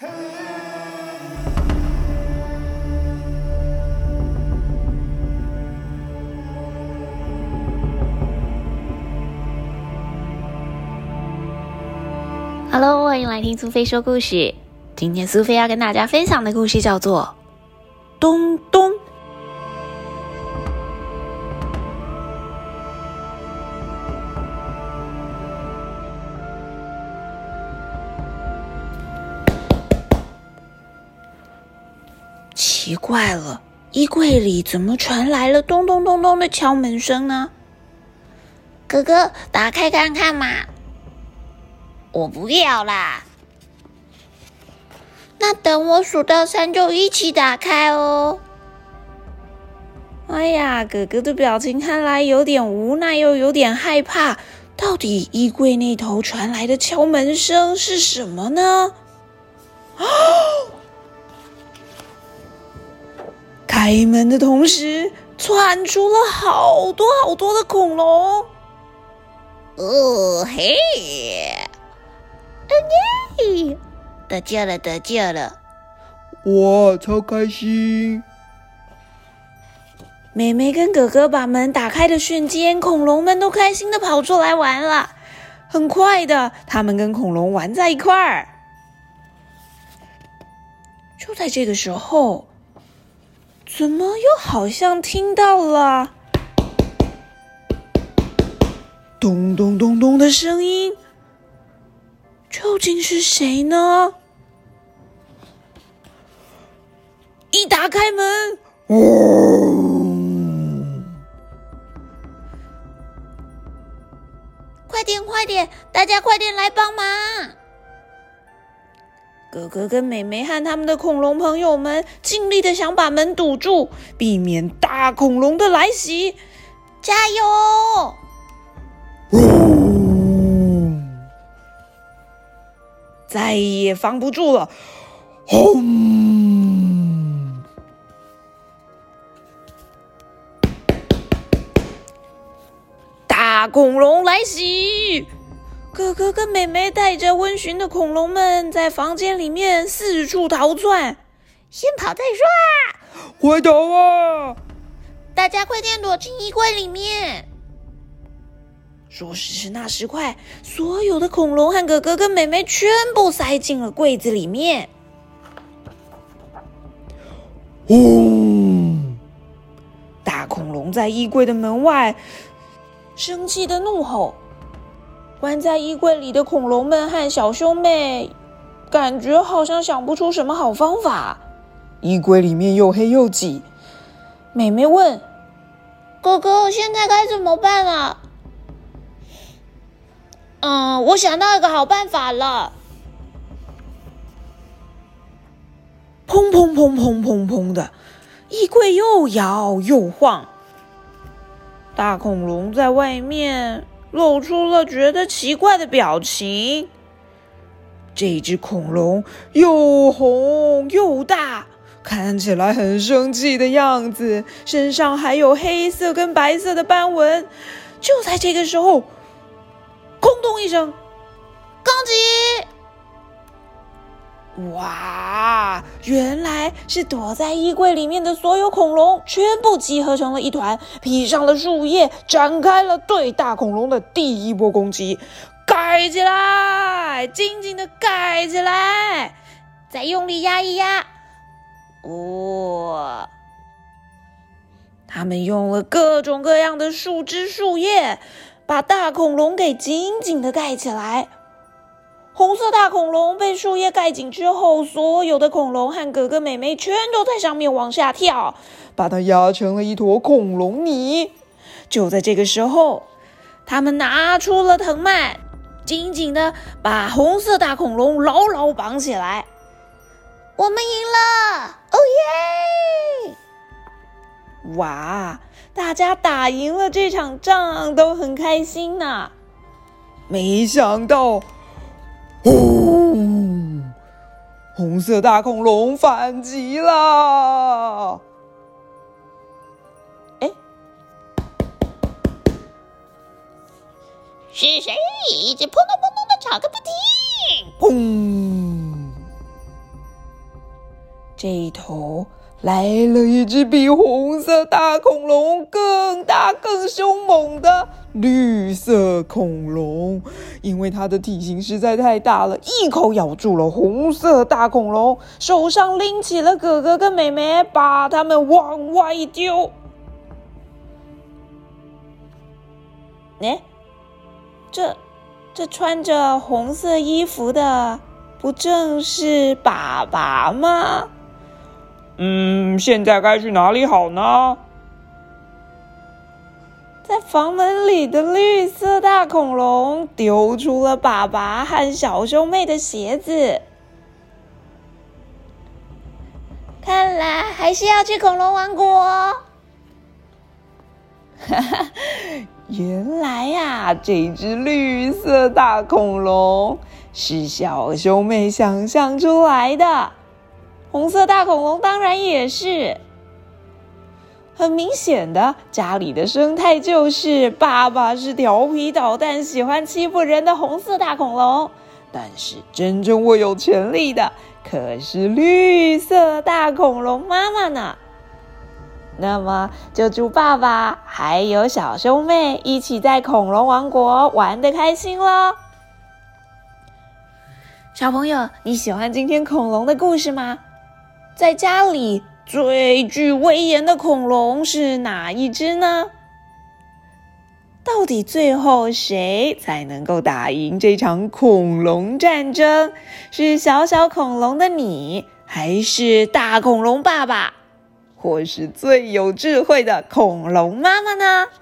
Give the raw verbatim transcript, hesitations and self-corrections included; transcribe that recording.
Hello， 欢迎来听苏菲说故事。今天苏菲要跟大家分享的故事叫做《东东》。奇怪了，衣柜里怎么传来了咚咚咚咚的敲门声呢？ 哥哥，打开看看嘛。我不要啦。那等我数到三就一起打开哦。 哎呀，哥哥的表情看来有点无奈又有点害怕，到底衣柜那头传来的敲门声是什么呢？哦！开门的同时窜出了好多好多的恐龙。 哦嘿！耶！得救了，得救了！ 哇，超开心！ 妹妹跟哥哥把门打开的瞬间，恐龙们都开心的跑出来玩了。很快的，他们跟恐龙玩在一块儿。就在这个时候，怎么又好像听到了咚咚咚咚的声音？究竟是谁呢？一打开门， 哦！ 快点，快点，大家快点来帮忙！ 哥哥跟妹妹和他们的恐龙朋友们尽力的想把门堵住，避免大恐龙的来袭。 加油！ 哦！ 再也防不住了， 轰！ 大恐龙来袭！哥哥跟妹妹带着温驯的恐龙们在房间里面四处逃窜。 先跑再说啊！ 快逃啊！ 大家快点躲进衣柜里面。 说时迟那时快，所有的恐龙和哥哥跟妹妹全部塞进了柜子里面。 哦！ 大恐龙在衣柜的门外生气的怒吼，关在衣柜里的恐龙们和小兄妹感觉好像想不出什么好方法。衣柜里面又黑又挤，妹妹问哥哥：“现在该怎么办啊？”嗯，我想到一个好办法了。 砰砰砰砰砰砰的，衣柜又摇又晃。大恐龙在外面露出了觉得奇怪的表情。这只恐龙又红又大，看起来很生气的样子，身上还有黑色跟白色的斑纹。就在这个时候，空洞一声， 攻击！ 哇，原来是躲在衣柜里面的所有恐龙全部集合成了一团，披上了树叶，展开了对大恐龙的第一波攻击。盖起来，紧紧的盖起来， 再用力压一压。哇！ 他们用了各种各样的树枝树叶，把大恐龙给紧紧的盖起来。红色大恐龙被树叶盖紧之后，所有的恐龙和哥哥妹妹全都在上面往下跳，把它压成了一坨恐龙泥。就在这个时候，他们拿出了藤蔓，紧紧的把红色大恐龙牢牢绑起来。 我们赢了！哦耶！ 哇，大家打赢了这场仗，都很开心呐、啊。没想到，轰！红色大恐龙反击了！哎， 是谁一直砰咚砰咚的吵个不停？ 砰！ 这一头来了一只比红色大恐龙更大更凶猛的绿色恐龙，因为它的体型实在太大了，一口咬住了红色大恐龙，手上拎起了哥哥跟妹妹，把他们往外丢。哎，这这穿着红色衣服的，不正是爸爸吗？ 嗯，现在该去哪里好呢？ 在房门里的绿色大恐龙丢出了爸爸和小兄妹的鞋子。 看来还是要去恐龙王国哦。 哈哈，原来呀，这只绿色大恐龙是小兄妹想象出来的，红色大恐龙当然也是。很明显的，家里的生态就是爸爸是调皮捣蛋、喜欢欺负人的红色大恐龙，但是真正握有权力的可是绿色大恐龙妈妈呢。那么就祝爸爸还有小兄妹一起在恐龙王国玩得开心咯。小朋友，你喜欢今天恐龙的故事吗？在家里最具威严的恐龙是哪一只呢？到底最后谁才能够打赢这场恐龙战争？是小小恐龙的你，还是大恐龙爸爸，或是最有智慧的恐龙妈妈呢？